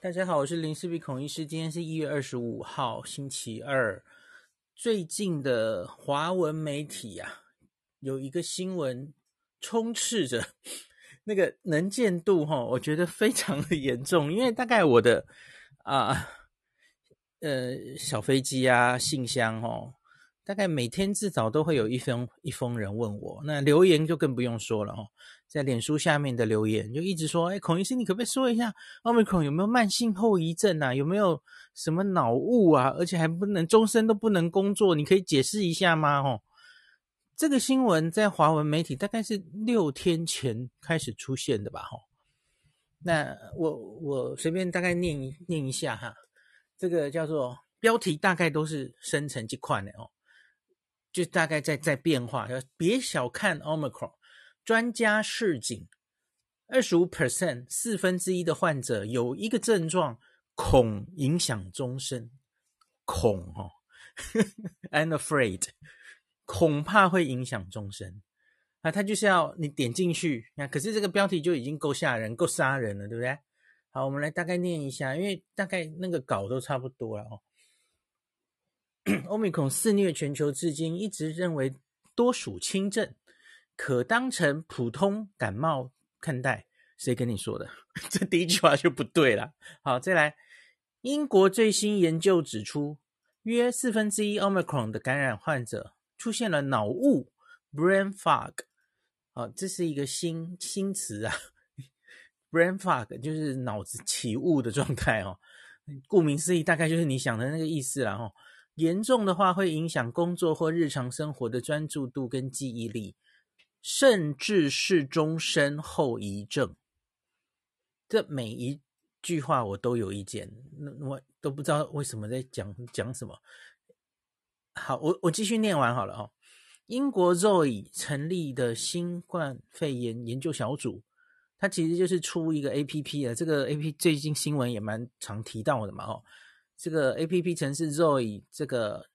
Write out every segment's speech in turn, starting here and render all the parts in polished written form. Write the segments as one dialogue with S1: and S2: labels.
S1: 大家好，我是林氏鼻孔医师。今天是1月25号，星期二。最近的华文媒体啊，有一个新闻充斥着那个能见度我觉得非常的严重。因为大概我的小飞机啊、信箱大概每天至少都会有一封人问我。那留言就更不用说了在脸书下面的留言就一直说，孔医师你可不可以说一下 Omicron 有没有慢性后遗症啊，有没有什么脑雾啊，而且还不能终身都不能工作，你可以解释一下吗这个新闻在华文媒体大概是6天前开始出现的吧那我随便大概念一下哈。这个叫做标题大概都是生成这款的就大概在变化。别小看 Omicron， 专家示警 25% 1/4的患者有一个症状恐影响终身。恐I'm afraid， 恐怕会影响终身他就是要你点进去，可是这个标题就已经够吓人够杀人了，对不对？好，我们来大概念一下，因为大概那个稿都差不多了Omicron 肆虐全球至今，一直认为多属轻症，可当成普通感冒看待。谁跟你说的？这第一句话就不对了。好，再来。英国最新研究指出，约1/4 Omicron 的感染患者出现了脑雾 （brain fog）。这是一个新词啊。brain fog 就是脑子起雾的状态顾名思义，大概就是你想的那个意思啦严重的话会影响工作或日常生活的专注度跟记忆力，甚至是终身后遗症。这每一句话我都有意见，我都不知道为什么在讲什么。好，我继续念完好了英国 Zoe 成立的新冠肺炎研究小组，它其实就是出一个 APP 这个 APP 最近新闻也蛮常提到的嘛这个 APP 程式 Zoe 这个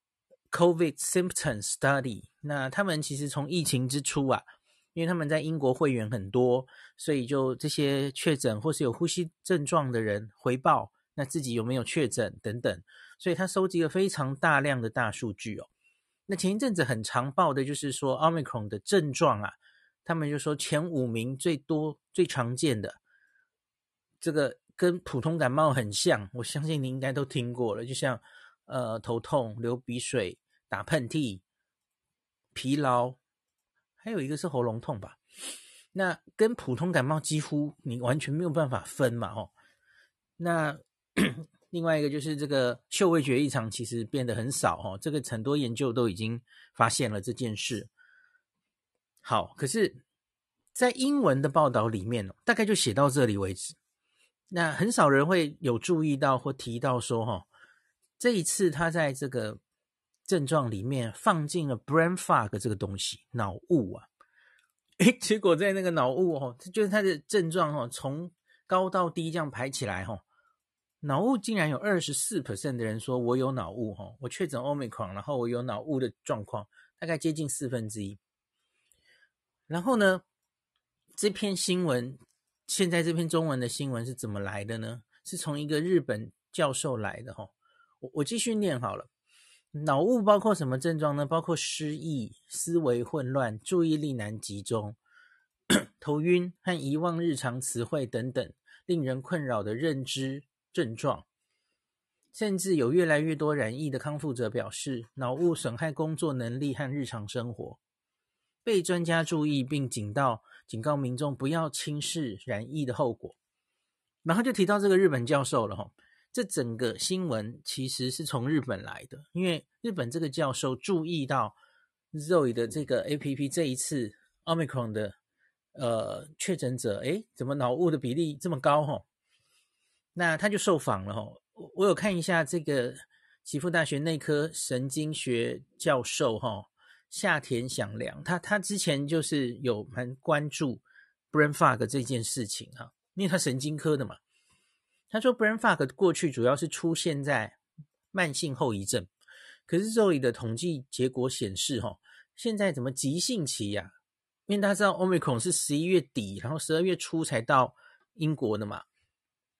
S1: COVID Symptom Study， 那他们其实从疫情之初因为他们在英国会员很多，所以就这些确诊或是有呼吸症状的人回报那自己有没有确诊等等，所以他收集了非常大量的大数据那前一阵子很常报的就是说 Omicron 的症状他们就说前5名最多最常见的，这个跟普通感冒很像，我相信你应该都听过了，就像头痛、流鼻水、打喷嚏、疲劳，还有一个是喉咙痛吧。那跟普通感冒几乎你完全没有办法分嘛那另外一个就是这个嗅味觉异常其实变得很少这个很多研究都已经发现了这件事。好，可是在英文的报道里面大概就写到这里为止。那很少人会有注意到或提到说这一次他在这个症状里面放进了 brain fog 这个东西，脑雾结果在那个脑雾就是他的症状从高到低这样排起来脑雾竟然有 24% 的人说我有脑雾我确诊 Omicron， 然后我有脑雾的状况，大概接近1/4。然后呢，这篇新闻现在这篇中文的新闻是怎么来的呢？是从一个日本教授来的我继续念好了。脑雾包括什么症状呢？包括失忆、思维混乱、注意力难集中、头晕和遗忘日常词汇等等令人困扰的认知症状。甚至有越来越多染疫的康复者表示，脑雾损害工作能力和日常生活，被专家注意并警告民众不要轻视染疫的后果。然后就提到这个日本教授了这整个新闻其实是从日本来的，因为日本这个教授注意到 Zoe 的这个 APP 这一次 Omicron 的确诊者怎么脑雾的比例这么高那他就受访了我有看一下这个岐阜大学内科神经学教授夏田响良，他之前就是有蛮关注 brain fog 这件事情因为他神经科的嘛。他说 brain fog 过去主要是出现在慢性后遗症，可是 Zoe 的统计结果显示现在怎么急性期因为大家知道 Omicron 是11月底然后12月初才到英国的嘛，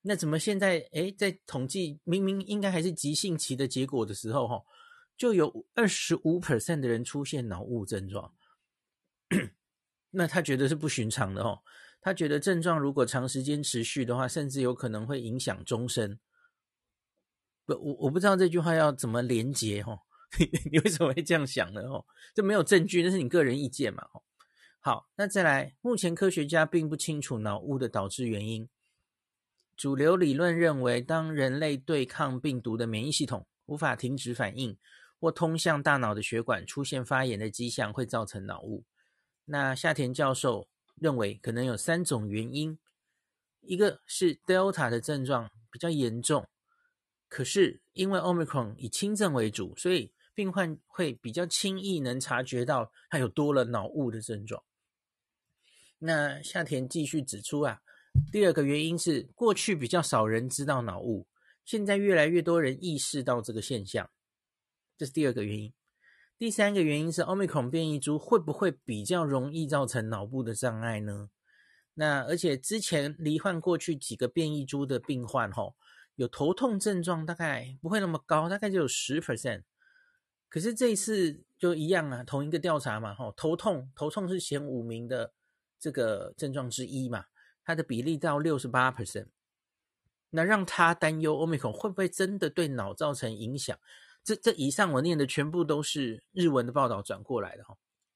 S1: 那怎么现在在统计明明应该还是急性期的结果的时候就有 25% 的人出现脑雾症状？那他觉得是不寻常的他觉得症状如果长时间持续的话，甚至有可能会影响终身。我不知道这句话要怎么连结你为什么会这样想呢这没有证据，那是你个人意见嘛好，那再来，目前科学家并不清楚脑雾的导致原因。主流理论认为，当人类对抗病毒的免疫系统无法停止反应，或通向大脑的血管出现发炎的迹象，会造成脑雾。那夏田教授认为可能有3种原因，一个是 Delta 的症状比较严重，可是因为 Omicron 以轻症为主，所以病患会比较轻易能察觉到他有多了脑雾的症状。那夏田继续指出第二个原因是过去比较少人知道脑雾，现在越来越多人意识到这个现象，这是第二个原因。第三个原因是 Omicron 变异株会不会比较容易造成脑部的障碍呢？那而且之前罹患过去几个变异株的病患有头痛症状，大概不会那么高，大概就有 10%。可是这一次就一样同一个调查嘛头痛是前5名的这个症状之一嘛，它的比例到 68%。 那让他担忧 Omicron 会不会真的对脑造成影响。这以上我念的全部都是日文的报道转过来的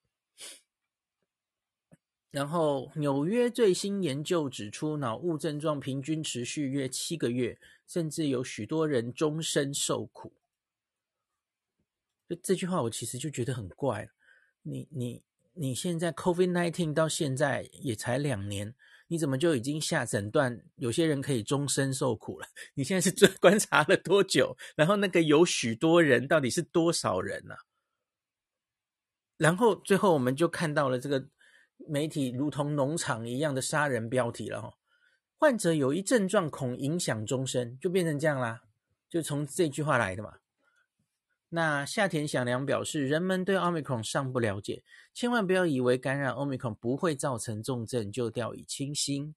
S1: 然后纽约最新研究指出，脑雾症状平均持续约7个月，甚至有许多人终身受苦。这句话我其实就觉得很怪了。你现在 COVID-19 到现在也才2年，你怎么就已经下诊断有些人可以终身受苦了？你现在是观察了多久？然后那个有许多人到底是多少人然后最后我们就看到了这个媒体如同农场一样的杀人标题了患者有一症状恐影响终身，就变成这样啦，就从这句话来的嘛。那夏田响良表示，人们对 Omicron 尚不了解，千万不要以为感染 Omicron 不会造成重症就掉以轻心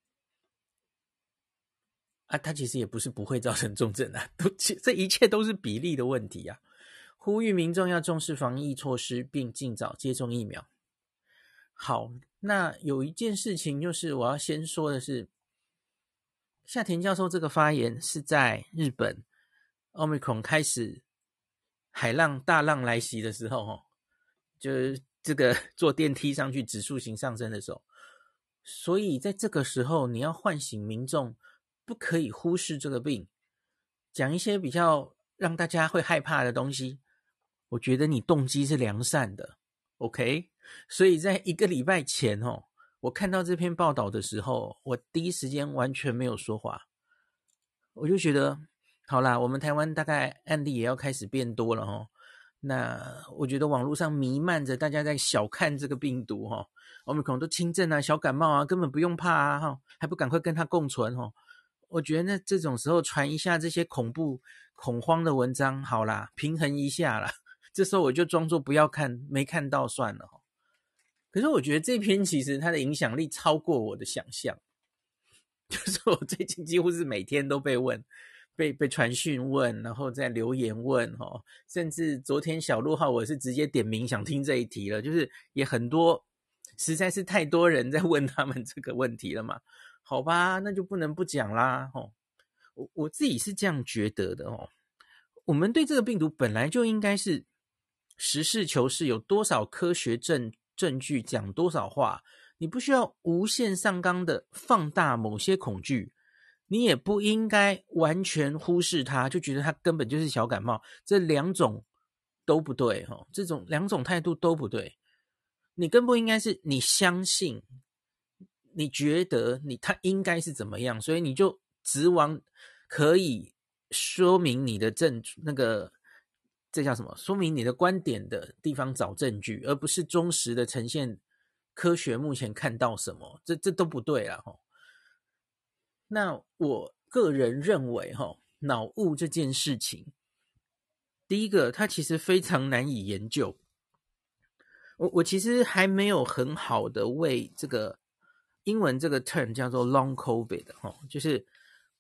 S1: 它其实也不是不会造成重症这一切都是比例的问题呼吁民众要重视防疫措施，并尽早接种疫苗。好，那有一件事情就是我要先说的是，夏田教授这个发言是在日本 Omicron 开始海浪大浪来袭的时候就是这个坐电梯上去指数型上升的时候，所以在这个时候你要唤醒民众，不可以忽视这个病，讲一些比较让大家会害怕的东西，我觉得你动机是良善的 OK。 所以在1个礼拜前我看到这篇报道的时候，我第一时间完全没有说话，我就觉得好啦，我们台湾大概案例也要开始变多了那我觉得网络上弥漫着大家在小看这个病毒Omicron 都轻症小感冒根本不用怕还不赶快跟它共存我觉得那这种时候传一下这些恐慌的文章，好啦，平衡一下啦。这时候我就装作不要看，没看到算了可是我觉得这篇其实它的影响力超过我的想象，就是我最近几乎是每天都被问，被传讯问，然后再留言问甚至昨天小路号我是直接点名想听这一题了，就是也很多，实在是太多人在问他们这个问题了嘛。好吧，那就不能不讲啦我自己是这样觉得的我们对这个病毒本来就应该是实事求是，有多少科学证据讲多少话，你不需要无限上纲的放大某些恐惧，你也不应该完全忽视它，就觉得它根本就是小感冒，这2种都不对这种2种态度都不对。你更不应该是你相信，你觉得它应该是怎么样，所以你就直往可以说明你的这叫什么？说明你的观点的地方找证据，而不是忠实的呈现科学目前看到什么，这都不对啦那我个人认为脑雾这件事情，第一个它其实非常难以研究。我其实还没有很好的为这个英文这个 term 叫做 long covid 就是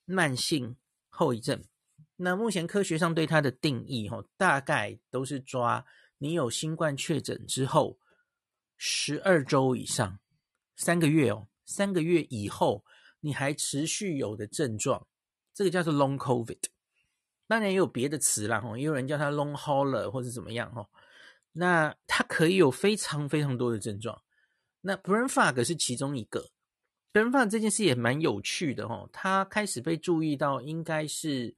S1: 慢性后遗症。那目前科学上对它的定义大概都是抓你有新冠确诊之后12周以上，3个月3个月以后你还持续有的症状，这个叫做 long COVID。 当然也有别的词啦，也有人叫它 long hauler 或是怎么样。那它可以有非常非常多的症状，那 brain fog 是其中一个。brain fog 这件事也蛮有趣的它开始被注意到应该是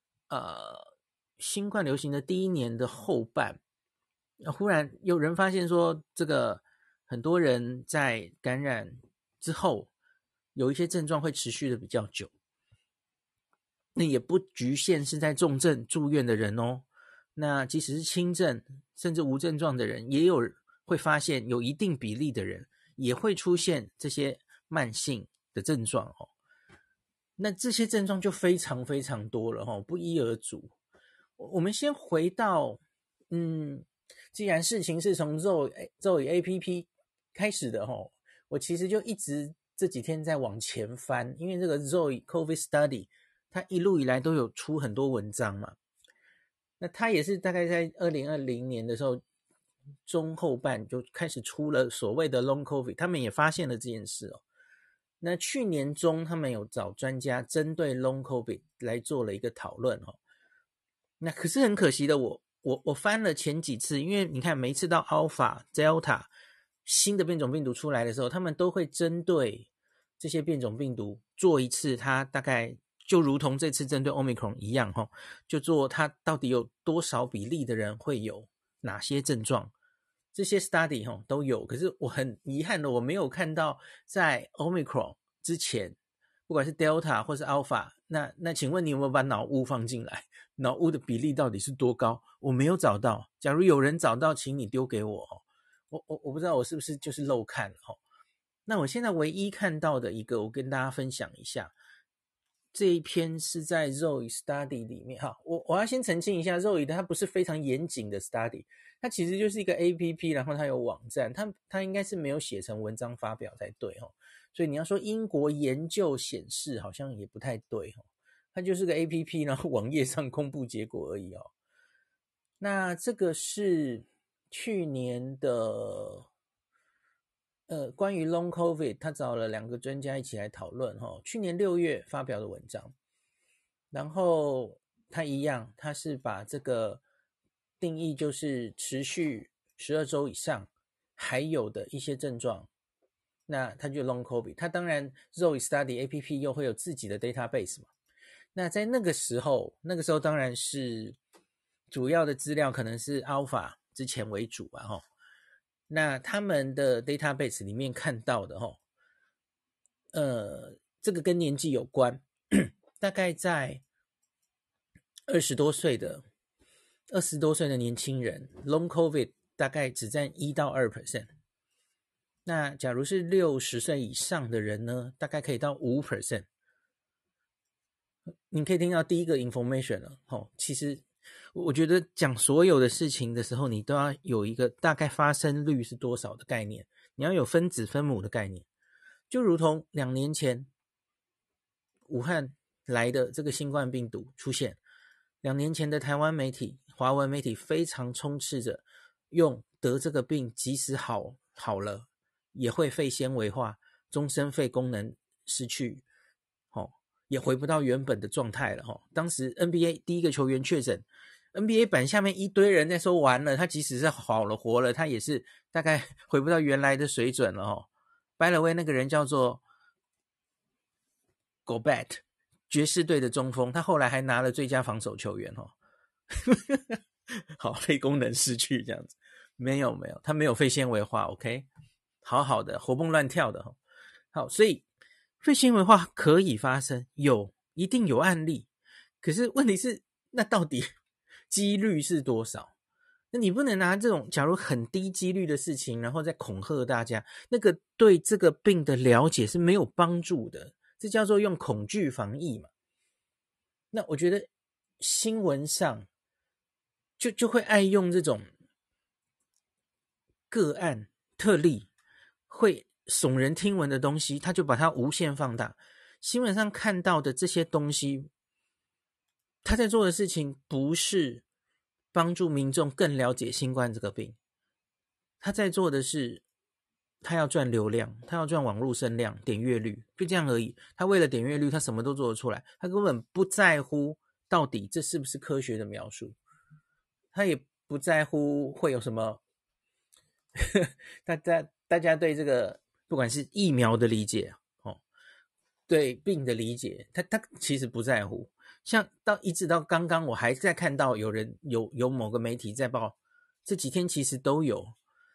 S1: 新冠流行的第1年的后半，忽然有人发现说这个很多人在感染之后有一些症状会持续的比较久，那也不局限是在重症住院的人那即使是轻症甚至无症状的人，也有会发现有一定比例的人也会出现这些慢性的症状那这些症状就非常非常多了不一而足。我们先回到既然事情是从 Zoe APP 开始的我其实就一直这几天在往前翻，因为这个 Zoe COVID Study 它一路以来都有出很多文章嘛。那它也是大概在2020年的时候中后半就开始出了所谓的 Long COVID， 他们也发现了这件事那去年中他们有找专家针对 Long COVID 来做了一个讨论那可是很可惜的，我翻了前几次，因为你看每一次到 Alpha、Delta 新的变种病毒出来的时候，他们都会针对这些变种病毒做一次，它大概就如同这次针对 Omicron 一样就做它到底有多少比例的人会有哪些症状，这些 study 都有。可是我很遗憾的，我没有看到在 Omicron 之前不管是 Delta 或是 Alpha， 那请问你有没有把脑雾放进来？脑雾的比例到底是多高？我没有找到。假如有人找到，请你丢给我我不知道我是不是就是漏看了那我现在唯一看到的一个，我跟大家分享一下。这一篇是在 Zoe Study 里面我要先澄清一下 Zoe 的它不是非常严谨的 study， 它其实就是一个 APP， 然后它有网站，它应该是没有写成文章发表才对所以你要说英国研究显示好像也不太对它就是个 APP， 然后网页上公布结果而已那这个是去年的关于 Long COVID， 他找了2个专家一起来讨论去年6月发表的文章。然后他一样，他是把这个定义就是持续12周以上还有的一些症状，那他就 Long COVID。他当然 Zoe Study APP 又会有自己的 database 嘛。那在那个时候当然是主要的资料可能是 Alpha 之前为主吧那他们的 database 里面看到的这个跟年纪有关大概在20多岁的年轻人 Long COVID 大概只占1到2%， 那假如是60岁以上的人呢，大概可以到 5%。 你可以听到第一个 information 了其实我觉得讲所有的事情的时候，你都要有一个大概发生率是多少的概念，你要有分子分母的概念。就如同2年前武汉来的这个新冠病毒出现，2年前的台湾媒体华文媒体非常充斥着用得这个病即使好了也会肺纤维化，终身肺功能失去也回不到原本的状态了当时 NBA 第一个球员确诊， NBA 版下面一堆人在说完了，他即使是好了活了，他也是大概回不到原来的水准了By the way， 那个人叫做 Gobert， 爵士队的中锋，他后来还拿了最佳防守球员好，肺功能失去这样子。没有，他没有肺纤维化 OK， 好的，活蹦乱跳的好，所以肺纤维化可以发生，一定有案例，可是问题是那到底几率是多少？那你不能拿这种假如很低几率的事情然后再恐吓大家，那个对这个病的了解是没有帮助的，这叫做用恐惧防疫嘛。那我觉得新闻上就会爱用这种个案特例会耸人听闻的东西，他就把它无限放大。 新闻上看到的这些东西，他在做的事情不是帮助民众更了解新冠这个病，他在做的是他要赚流量，他要赚网络声量、点阅率，就这样而已。他为了点阅率，他什么都做得出来，他根本不在乎到底这是不是科学的描述，他也不在乎会有什么大家对这个不管是疫苗的理解对病的理解，他其实不在乎。像一直到刚刚，我还在看到有某个媒体在报，这几天其实都有，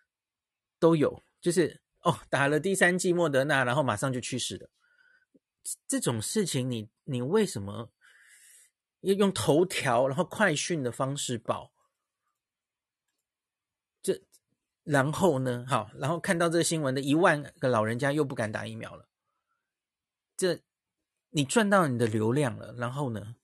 S1: 就是打了第3剂莫德纳，然后马上就去世了。这种事情你为什么要用头条然后快讯的方式报？然后呢？好，然后看到这个新闻的1万个老人家又不敢打疫苗了，你赚到你的流量了，然后呢？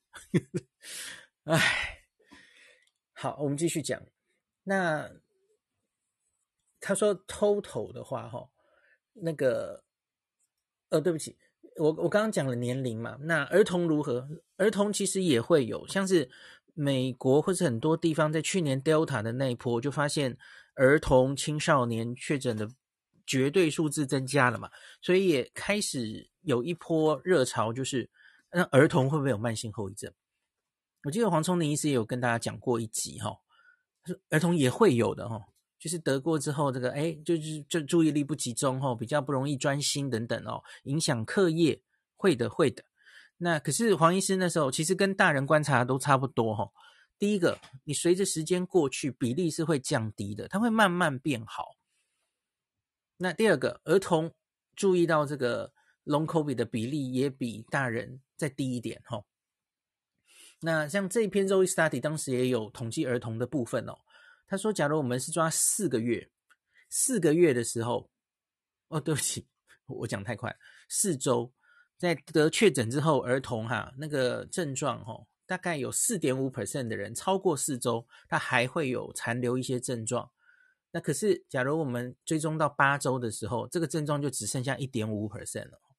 S1: 唉，好，我们继续讲。那他说 total 的话，那个对不起，我刚刚讲了年龄嘛，那儿童如何？儿童其实也会有，像是美国或是很多地方在去年 Delta 的那一波就发现儿童青少年确诊的绝对数字增加了嘛，所以也开始有一波热潮，就是那儿童会不会有慢性后遗症？我记得黄聪宁医师也有跟大家讲过一集儿童也会有的就是得过之后这个就注意力不集中比较不容易专心等等影响课业，会的。那可是黄医师那时候其实跟大人观察都差不多第一个，你随着时间过去，比例是会降低的，它会慢慢变好。那第二个，儿童注意到这个 long COVID 的比例也比大人再低一点那像这一篇 Zoe Study 当时也有统计儿童的部分他说假如我们是抓4个月的时候对不起我讲太快，4周在得确诊之后，儿童那个症状大概有 4.5% 的人超过4周他还会有残留一些症状，那可是假如我们追踪到8周的时候，这个症状就只剩下 1.5% 了。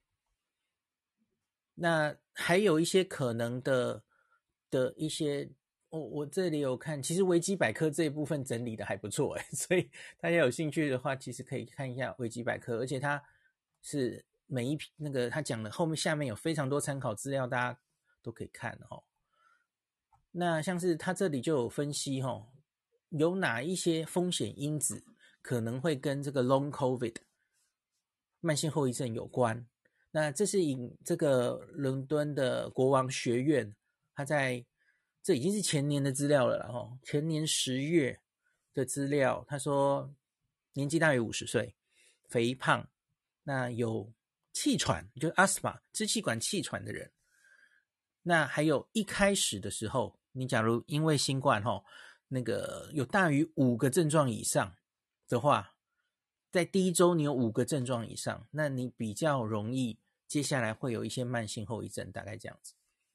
S1: 那还有一些可能的一些我这里有看，其实维基百科这一部分整理的还不错所以大家有兴趣的话其实可以看一下维基百科，而且它是每一那个他讲的下面有非常多参考资料，大家都可以看那像是他这里就有分析有哪一些风险因子可能会跟这个 long COVID 慢性后遗症有关。那这是以这个伦敦的国王学院，这已经是前年的资料了啦前年10月的资料，他说年纪大于50岁，肥胖，那有气喘，就是 asthma 支气管气喘的人，那还有一开始的时候，你假如因为新冠那个有大于5个症状以上的话，在第1周你有5个症状以上，那你比较容易接下来会有一些慢性后遗症，大概这样子。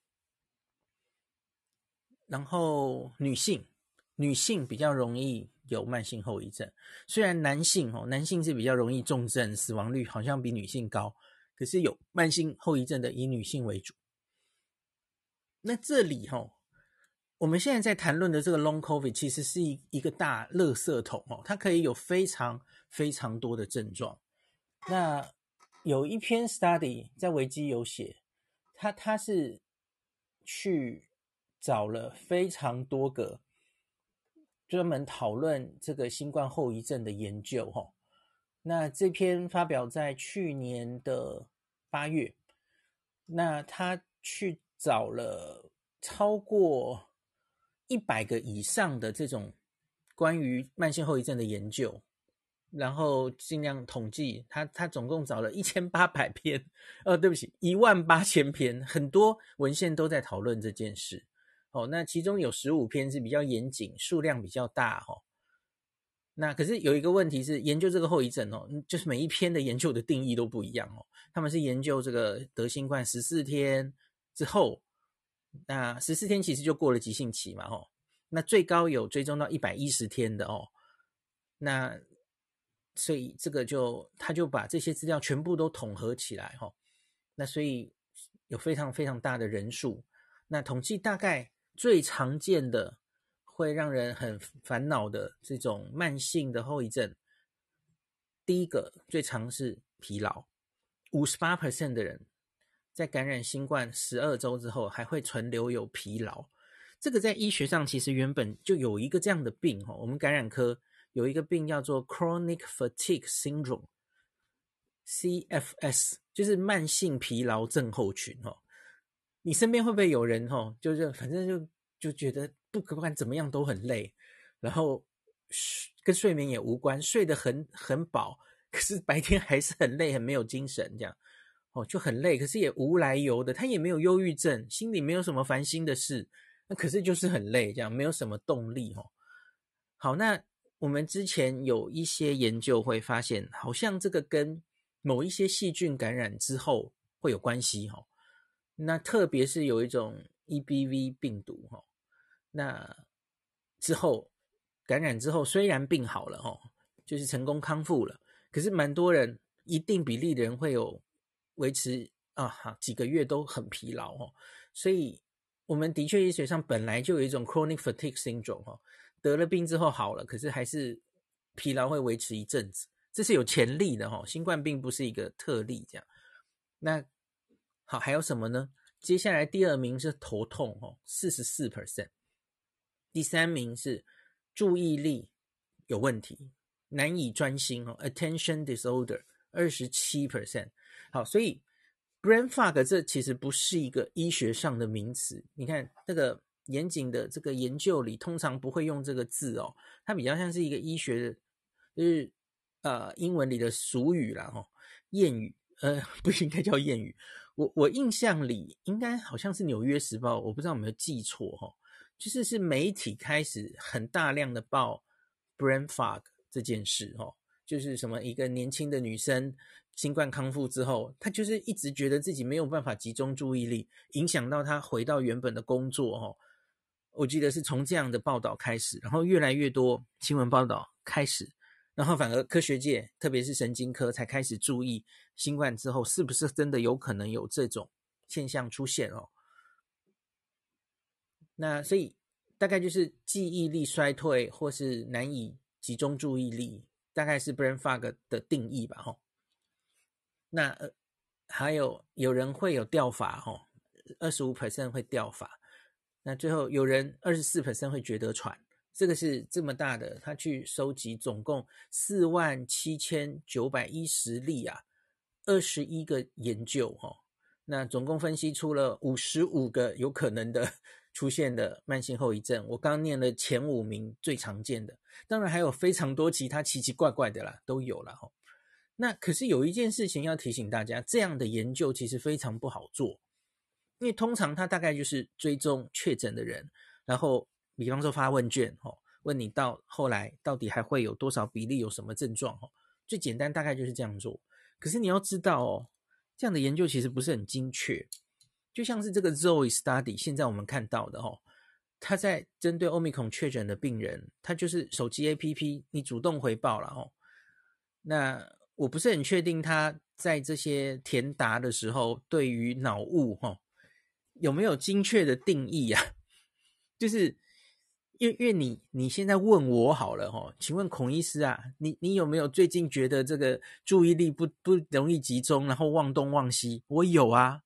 S1: 然后女性比较容易有慢性后遗症，虽然男性是比较容易重症，死亡率好像比女性高，可是有慢性后遗症的以女性为主。那这里我们现在在谈论的这个 long COVID 其实是一个大垃圾桶它可以有非常非常多的症状。那有一篇 study 在维基有写，他是去找了非常多个专门讨论这个新冠后遗症的研究那这篇发表在去年的8月，那他去找了超过100个以上的这种关于慢性后遗症的研究，然后尽量统计，他总共找了1800篇，对不起，18000篇，很多文献都在讨论这件事那其中有15篇是比较严谨，数量比较大那可是有一个问题是，研究这个后遗症就是每一篇的研究的定义都不一样他们是研究这个得新冠14天之后，那14天其实就过了急性期嘛那最高有追踪到110天的那所以这个他就把这些资料全部都统合起来那所以有非常非常大的人数。那统计大概最常见的会让人很烦恼的这种慢性的后遗症，第一个最常是疲劳，58% 的人在感染新冠12周之后还会存留有疲劳。这个在医学上其实原本就有一个这样的病，我们感染科有一个病叫做 Chronic Fatigue Syndrome CFS， 就是慢性疲劳症候群。你身边会不会有人就是反正就觉得不管怎么样都很累，然后跟睡眠也无关，睡得很饱，可是白天还是很累，很没有精神，这样就很累，可是也无来由的，他也没有忧郁症，心里没有什么烦心的事，那可是就是很累，这样没有什么动力。好，那我们之前有一些研究会发现，好像这个跟某一些细菌感染之后会有关系。那特别是有一种 EBV 病毒，那之后感染之后虽然病好了，就是成功康复了，可是蛮多人一定比例的人会有维持几个月都很疲劳。所以我们的确医学上本来就有一种 chronic fatigue syndrome，得了病之后好了，可是还是疲劳会维持一阵子，这是有潜力的。新冠病不是一个特例这样。那好，还有什么呢？接下来第二名是头痛44%，第三名是注意力有问题，难以专心attention disorder 27%。好，所以 brain fog 这其实不是一个医学上的名词，你看这个严谨的这个研究里通常不会用这个字它比较像是一个医学的，就是英文里的俗语啦谚语，不应该叫谚语。我印象里应该好像是《纽约时报》，我不知道有没有记错就是媒体开始很大量的报 brain fog 这件事就是什么一个年轻的女生新冠康复之后，她就是一直觉得自己没有办法集中注意力，影响到她回到原本的工作我记得是从这样的报道开始，然后越来越多新闻报道开始，然后反而科学界特别是神经科才开始注意新冠之后是不是真的有可能有这种现象出现那所以大概就是记忆力衰退或是难以集中注意力，大概是 brain fog 的定义吧那还有人会有掉发25% 会掉发，那最后有人24% 会觉得喘。这个是这么大的，他去收集总共47910例21个研究那总共分析出了55个有可能的出现的慢性后遗症。我刚念了前5名最常见的，当然还有非常多其他奇奇怪怪的啦，都有啦那可是有一件事情要提醒大家，这样的研究其实非常不好做，因为通常它大概就是追踪确诊的人，然后比方说发问卷问你到后来到底还会有多少比例有什么症状最简单大概就是这样做。可是你要知道这样的研究其实不是很精确，就像是这个 Zoe Study 现在我们看到的他在针对 Omicron 确诊的病人，他就是手机 APP 你主动回报了那我不是很确定他在这些填答的时候对于脑雾有没有精确的定义就是因为你现在问我好了请问孔医师你有没有最近觉得这个注意力不容易集中，然后忘东忘西？我有啊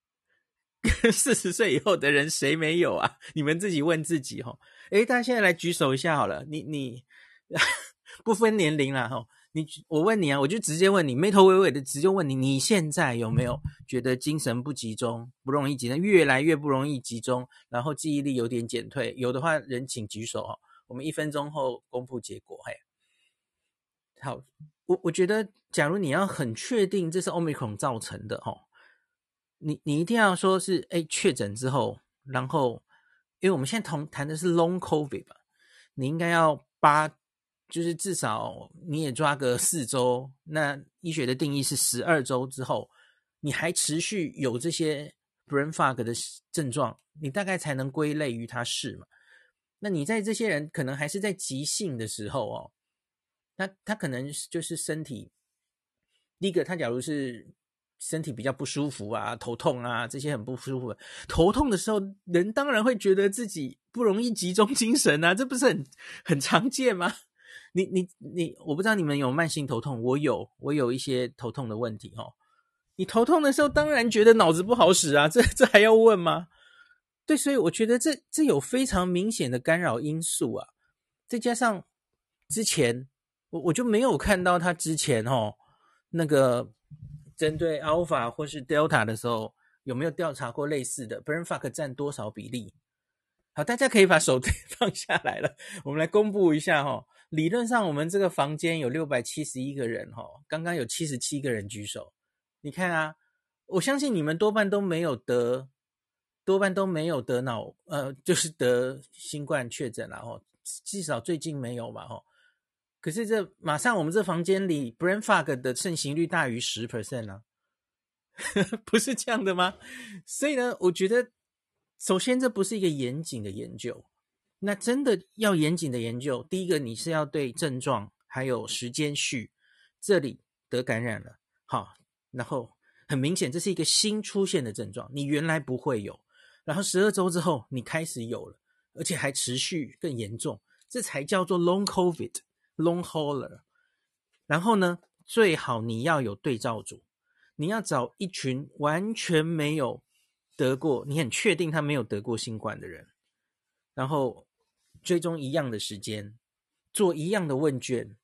S1: ，40岁以后的人谁没有啊？你们自己问自己大家现在来举手一下好了，你不分年龄啦我问你我就直接问你，眉头微微的直接问你，你现在有没有觉得精神不集中，不容易集中，越来越不容易集中，然后记忆力有点减退？有的话人请举手我们1分钟后公布结果。好，我觉得假如你要很确定这是 Omicron 造成的你一定要说是确诊之后，然后因为我们现在谈的是 long COVID 吧，你应该要就是至少你也抓个4周，那医学的定义是12周之后，你还持续有这些 brain fog 的症状，你大概才能归类于它是嘛。那你在这些人可能还是在急性的时候他可能就是身体第一个，他假如是身体比较不舒服啊，头痛啊，这些很不舒服。头痛的时候，人当然会觉得自己不容易集中精神啊，这不是很常见吗？我不知道你们有慢性头痛，我有一些头痛的问题哦。你头痛的时候，当然觉得脑子不好使啊，这还要问吗？对，所以我觉得这有非常明显的干扰因素啊。再加上之前我就没有看到他之前那个针对 Alpha 或是 Delta 的时候有没有调查过类似的 brain fog 占多少比例。好，大家可以把手放下来了，我们来公布一下理论上我们这个房间有671个人刚刚有77个人举手。你看啊，我相信你们多半都没有得就是得新冠确诊啦至少最近没有嘛可是这马上我们这房间里 brain fog 的盛行率大于 10% 啊不是这样的吗？所以呢，我觉得首先这不是一个严谨的研究。那真的要严谨的研究，第一个你是要对症状还有时间序这里得感染了好，然后很明显这是一个新出现的症状，你原来不会有，然后12周之后你开始有了，而且还持续更严重，这才叫做 long covid long hauler。 然后呢，最好你要有对照组，你要找一群完全没有得过，你很确定他没有得过新冠的人，然后追踪一样的时间，做一样的问卷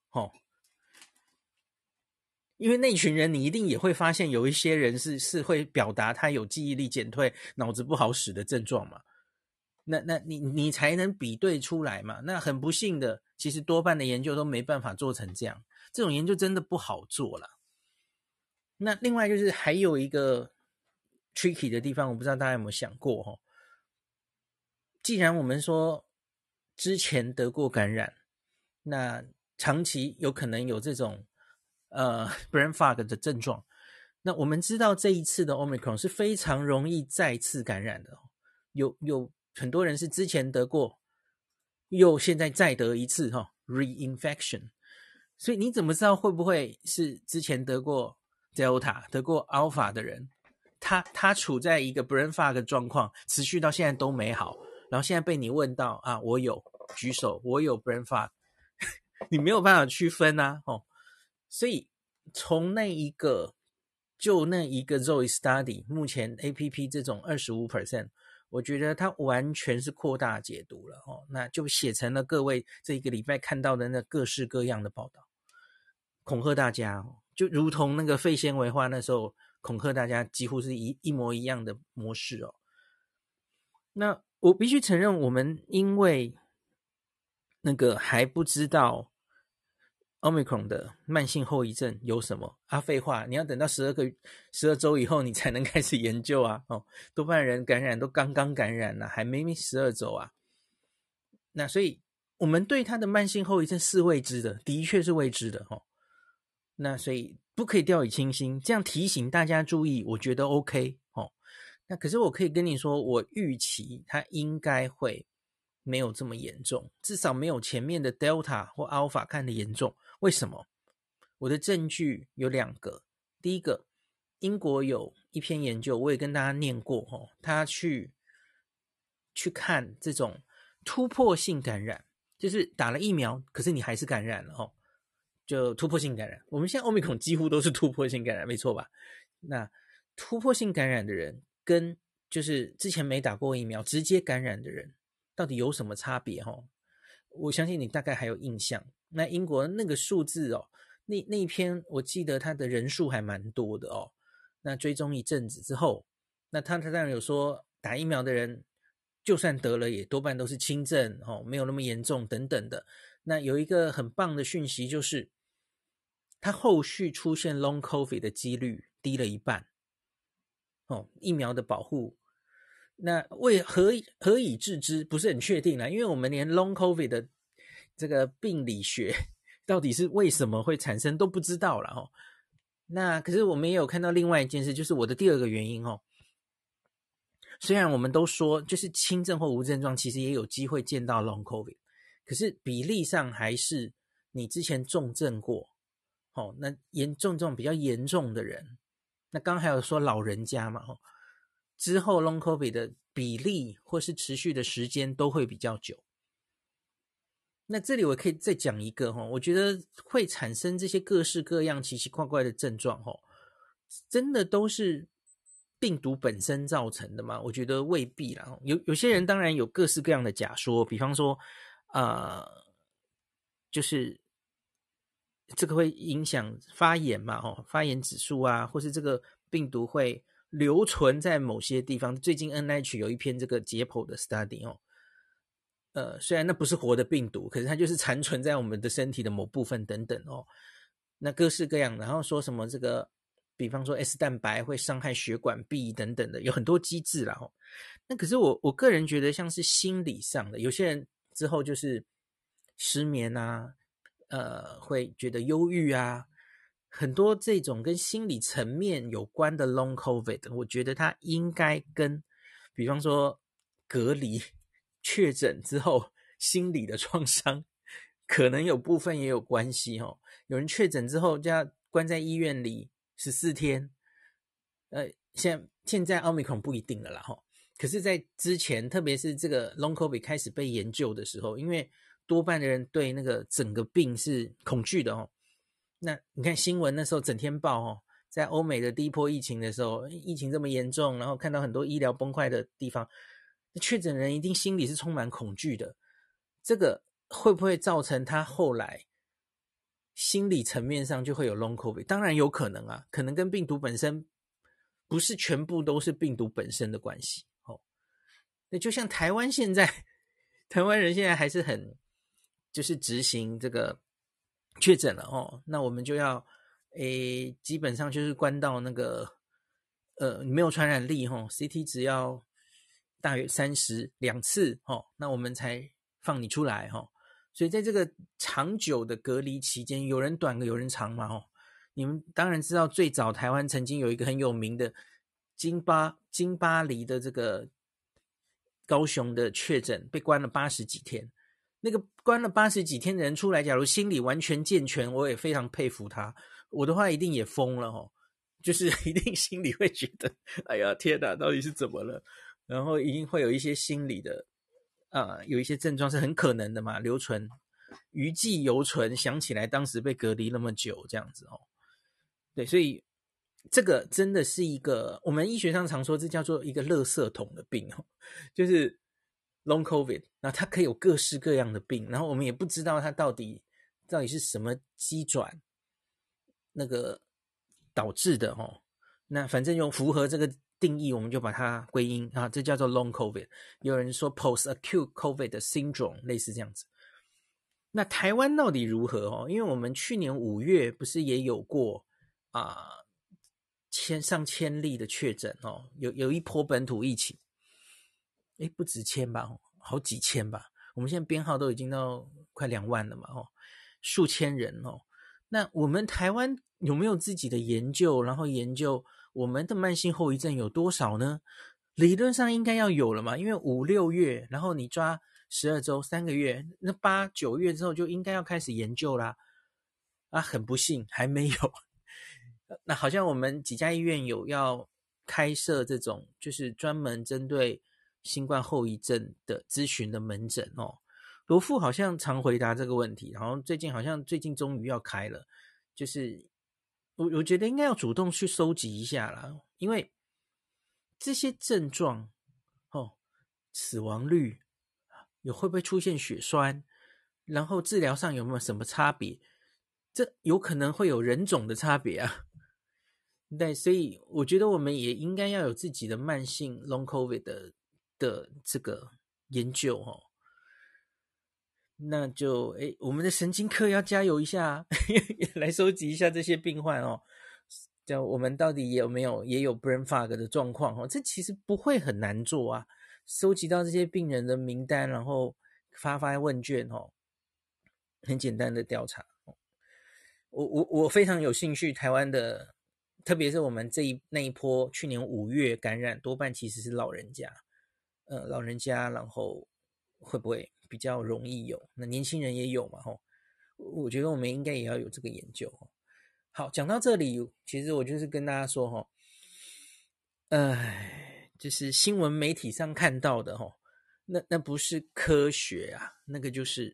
S1: 因为那群人你一定也会发现有一些人是会表达他有记忆力减退、脑子不好使的症状嘛，那你才能比对出来嘛。那很不幸的，其实多半的研究都没办法做成这样，这种研究真的不好做啦。那另外就是还有一个 tricky 的地方，我不知道大家有没有想过既然我们说之前得过感染，那长期有可能有这种brain fog 的症状，那我们知道这一次的 Omicron 是非常容易再次感染的有很多人是之前得过，又现在再得一次reinfection。 所以你怎么知道会不会是之前得过 Delta 得过 Alpha 的人，他处在一个 brain fog 的状况持续到现在都没好，然后现在被你问到啊，我有举手，我有 brain fog 你没有办法区分啊所以从那一个Zoe study 目前 APP 这种 25%， 我觉得它完全是扩大解读了那就写成了各位这一个礼拜看到的那各式各样的报道，恐吓大家就如同那个肺纤维化那时候恐吓大家几乎是一模一样的模式那我必须承认，我们因为那个还不知道 Omicron 的慢性后遗症有什么废话，你要等到12周以后你才能开始研究啊多半人感染都刚刚感染了还没12周啊。那所以我们对他的慢性后遗症是未知的，的确是未知的那所以不可以掉以轻心，这样提醒大家注意，我觉得 OK 那可是我可以跟你说，我预期它应该会没有这么严重，至少没有前面的 Delta 或 Alpha 看的严重。为什么？我的证据有2个。第一个，英国有一篇研究，我也跟大家念过他去看这种突破性感染，就是打了疫苗，可是你还是感染了就突破性感染。我们现在 Omicron 几乎都是突破性感染，没错吧？那突破性感染的人跟就是之前没打过疫苗直接感染的人到底有什么差别我相信你大概还有印象。那英国那个数字那一篇我记得他的人数还蛮多的那追踪一阵子之后，那他当然有说打疫苗的人就算得了也多半都是轻症没有那么严重等等的。那有一个很棒的讯息，就是他后续出现 long covid 的几率低了一半疫苗的保护。那何以致之不是很确定啦，因为我们连 long covid 的这个病理学到底是为什么会产生都不知道啦那可是我们也有看到另外一件事，就是我的第2个原因虽然我们都说就是轻症或无症状其实也有机会见到 long covid， 可是比例上还是你之前重症过那这种比较严重的人， 那刚刚还有说老人家嘛，之后 Long COVID 的比例或是持续的时间都会比较久。那这里我可以再讲一个我觉得会产生这些各式各样奇奇怪怪的症状真的都是病毒本身造成的吗？我觉得未必啦。有些人当然有各式各样的假说，比方说就是这个会影响发炎嘛发炎指数啊，或是这个病毒会留存在某些地方。最近 NIH 有一篇这个解剖的 study虽然那不是活的病毒，可是它就是残存在我们的身体的某部分等等那各式各样，然后说什么这个，比方说 S 蛋白会伤害血管壁等等的，有很多机制啦那可是我个人觉得像是心理上的，有些人之后就是失眠啊，会觉得忧郁啊，很多这种跟心理层面有关的 Long COVID， 我觉得它应该跟比方说隔离确诊之后心理的创伤可能有部分也有关系有人确诊之后就要关在医院里14天，现在奥密克戎不一定了啦可是在之前特别是这个 Long COVID 开始被研究的时候，因为多半的人对那个整个病是恐惧的那你看新闻那时候整天报在欧美的第一波疫情的时候，疫情这么严重，然后看到很多医疗崩溃的地方，确诊人一定心里是充满恐惧的。这个会不会造成他后来心理层面上就会有 Long COVID？ 当然有可能啊，可能跟病毒本身不是全部都是病毒本身的关系那就像台湾现在，台湾人现在还是很就是执行这个确诊了那我们就要基本上就是关到那个你没有传染力CT 值要大约32次那我们才放你出来所以在这个长久的隔离期间，有人短有人长嘛你们当然知道，最早台湾曾经有一个很有名的金巴黎的这个高雄的确诊，被关了80几天。那个关了80几天的人出来，假如心理完全健全，我也非常佩服他。我的话一定也疯了就是一定心里会觉得，哎呀天哪，到底是怎么了？然后一定会有一些心理的有一些症状是很可能的嘛，留存余悸犹存，想起来当时被隔离那么久这样子对，所以这个真的是一个我们医学上常说这叫做一个垃圾桶的病就是 Long COVID， 那它可以有各式各样的病，然后我们也不知道它到底是什么机转那个导致的那反正用符合这个定义，我们就把它归因这叫做 Long COVID。有人说 Post Acute COVID 的 Syndrome 类似这样子。那台湾到底如何因为我们去年5月不是也有过上千例的确诊有一波本土疫情，不止千吧好几千吧，我们现在编号都已经到快2万了嘛数千人那我们台湾有没有自己的研究，然后研究我们的慢性后遗症有多少呢？理论上应该要有了嘛，因为5、6月，然后你抓12周3个月，那8、9月之后就应该要开始研究啦很不幸还没有那好像我们几家医院有要开设这种就是专门针对新冠后遗症的咨询的门诊罗富好像常回答这个问题，然后最近终于要开了，就是我觉得应该要主动去收集一下啦，因为这些症状死亡率会不会出现血栓，然后治疗上有没有什么差别，这有可能会有人种的差别啊对，所以我觉得我们也应该要有自己的慢性 Long COVID 的这个研究那就我们的神经科要加油一下来收集一下这些病患叫我们到底也有 brain fog 的状况这其实不会很难做啊，收集到这些病人的名单，然后发问卷很简单的调查我非常有兴趣，台湾的特别是我们那一波去年5月感染多半其实是老人家然后会不会比较容易有，那年轻人也有嘛我觉得我们应该也要有这个研究好，讲到这里，其实我就是跟大家说就是新闻媒体上看到的齁，那不是科学啊，那个就是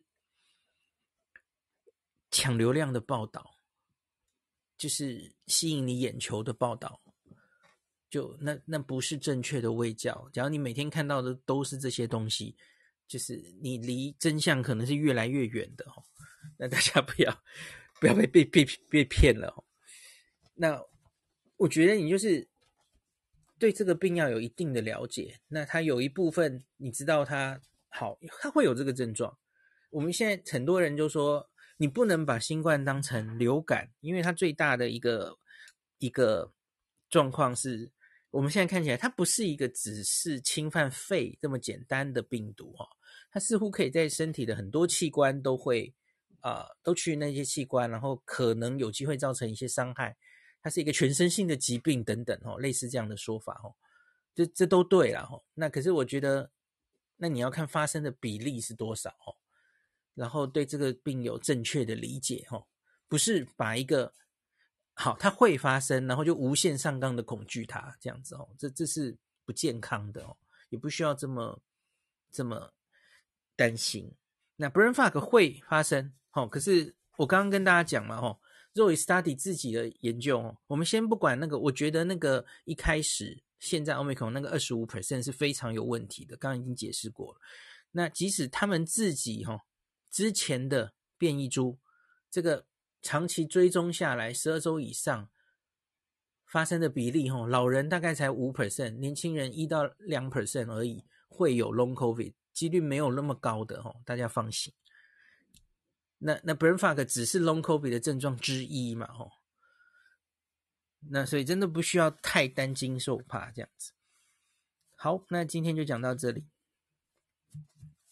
S1: 抢流量的报道，就是吸引你眼球的报道，就那不是正确的卫教。假如你每天看到的都是这些东西，就是你离真相可能是越来越远的齁。那大家不要被骗了齁。那我觉得你就是对这个病要有一定的了解，那它有一部分你知道它会有这个症状。我们现在很多人就说，你不能把新冠当成流感，因为它最大的一个状况是，我们现在看起来它不是一个只是侵犯肺这么简单的病毒哦，它似乎可以在身体的很多器官都去那些器官，然后可能有机会造成一些伤害。它是一个全身性的疾病等等哦，类似这样的说法哦，这都对啦哦。那可是我觉得，那你要看发生的比例是多少哦，然后对这个病有正确的理解哦，不是把一个它会发生，然后就无限上纲的恐惧它这样子哦，这是不健康的哦，也不需要这么担心。那 brain fog 会发生可是我刚刚跟大家讲嘛Zoe Study 自己的研究我们先不管那个，我觉得那个一开始现在 Omicron 那个 25% 是非常有问题的，刚刚已经解释过了。那即使他们自己之前的变异株，这个长期追踪下来12周以上发生的比例老人大概才 5%， 年轻人1到2% 而已会有 Long COVID， 几率没有那么高的大家放心。那 brain fog 只是 long COVID 的症状之一嘛那所以真的不需要太担惊受怕这样子。好，那今天就讲到这里。